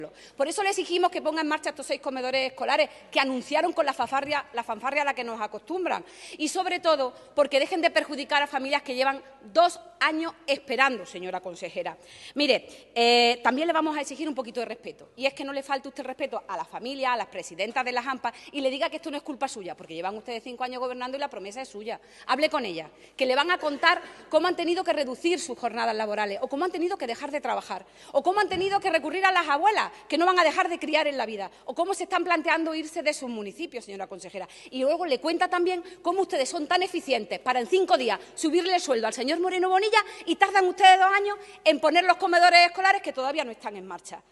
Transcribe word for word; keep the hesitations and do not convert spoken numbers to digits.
Por eso le exigimos que ponga en marcha estos seis comedores escolares que anunciaron con la fanfarria, la fanfarria a la que nos acostumbran. Y, sobre todo, porque dejen de perjudicar a familias que llevan dos años esperando, señora consejera. Mire, eh, también le vamos a exigir un poquito de respeto. Y es que no le falte usted respeto a las familias, a las presidentas de las AMPA, y le diga que esto no es culpa suya, porque llevan ustedes cinco años gobernando y la promesa es suya. Hable con ellas, que le van a contar cómo han tenido que reducir sus jornadas laborales, o cómo han tenido que dejar de trabajar, o cómo han tenido que recurrir a las abuelas, que no van a dejar de criar en la vida, o cómo se están planteando irse de sus municipios, señora consejera. Y luego le cuenta también cómo ustedes son tan eficientes para en cinco días subirle el sueldo al señor Moreno Bonilla y tardan ustedes dos años en poner los comedores escolares que todavía no están en marcha.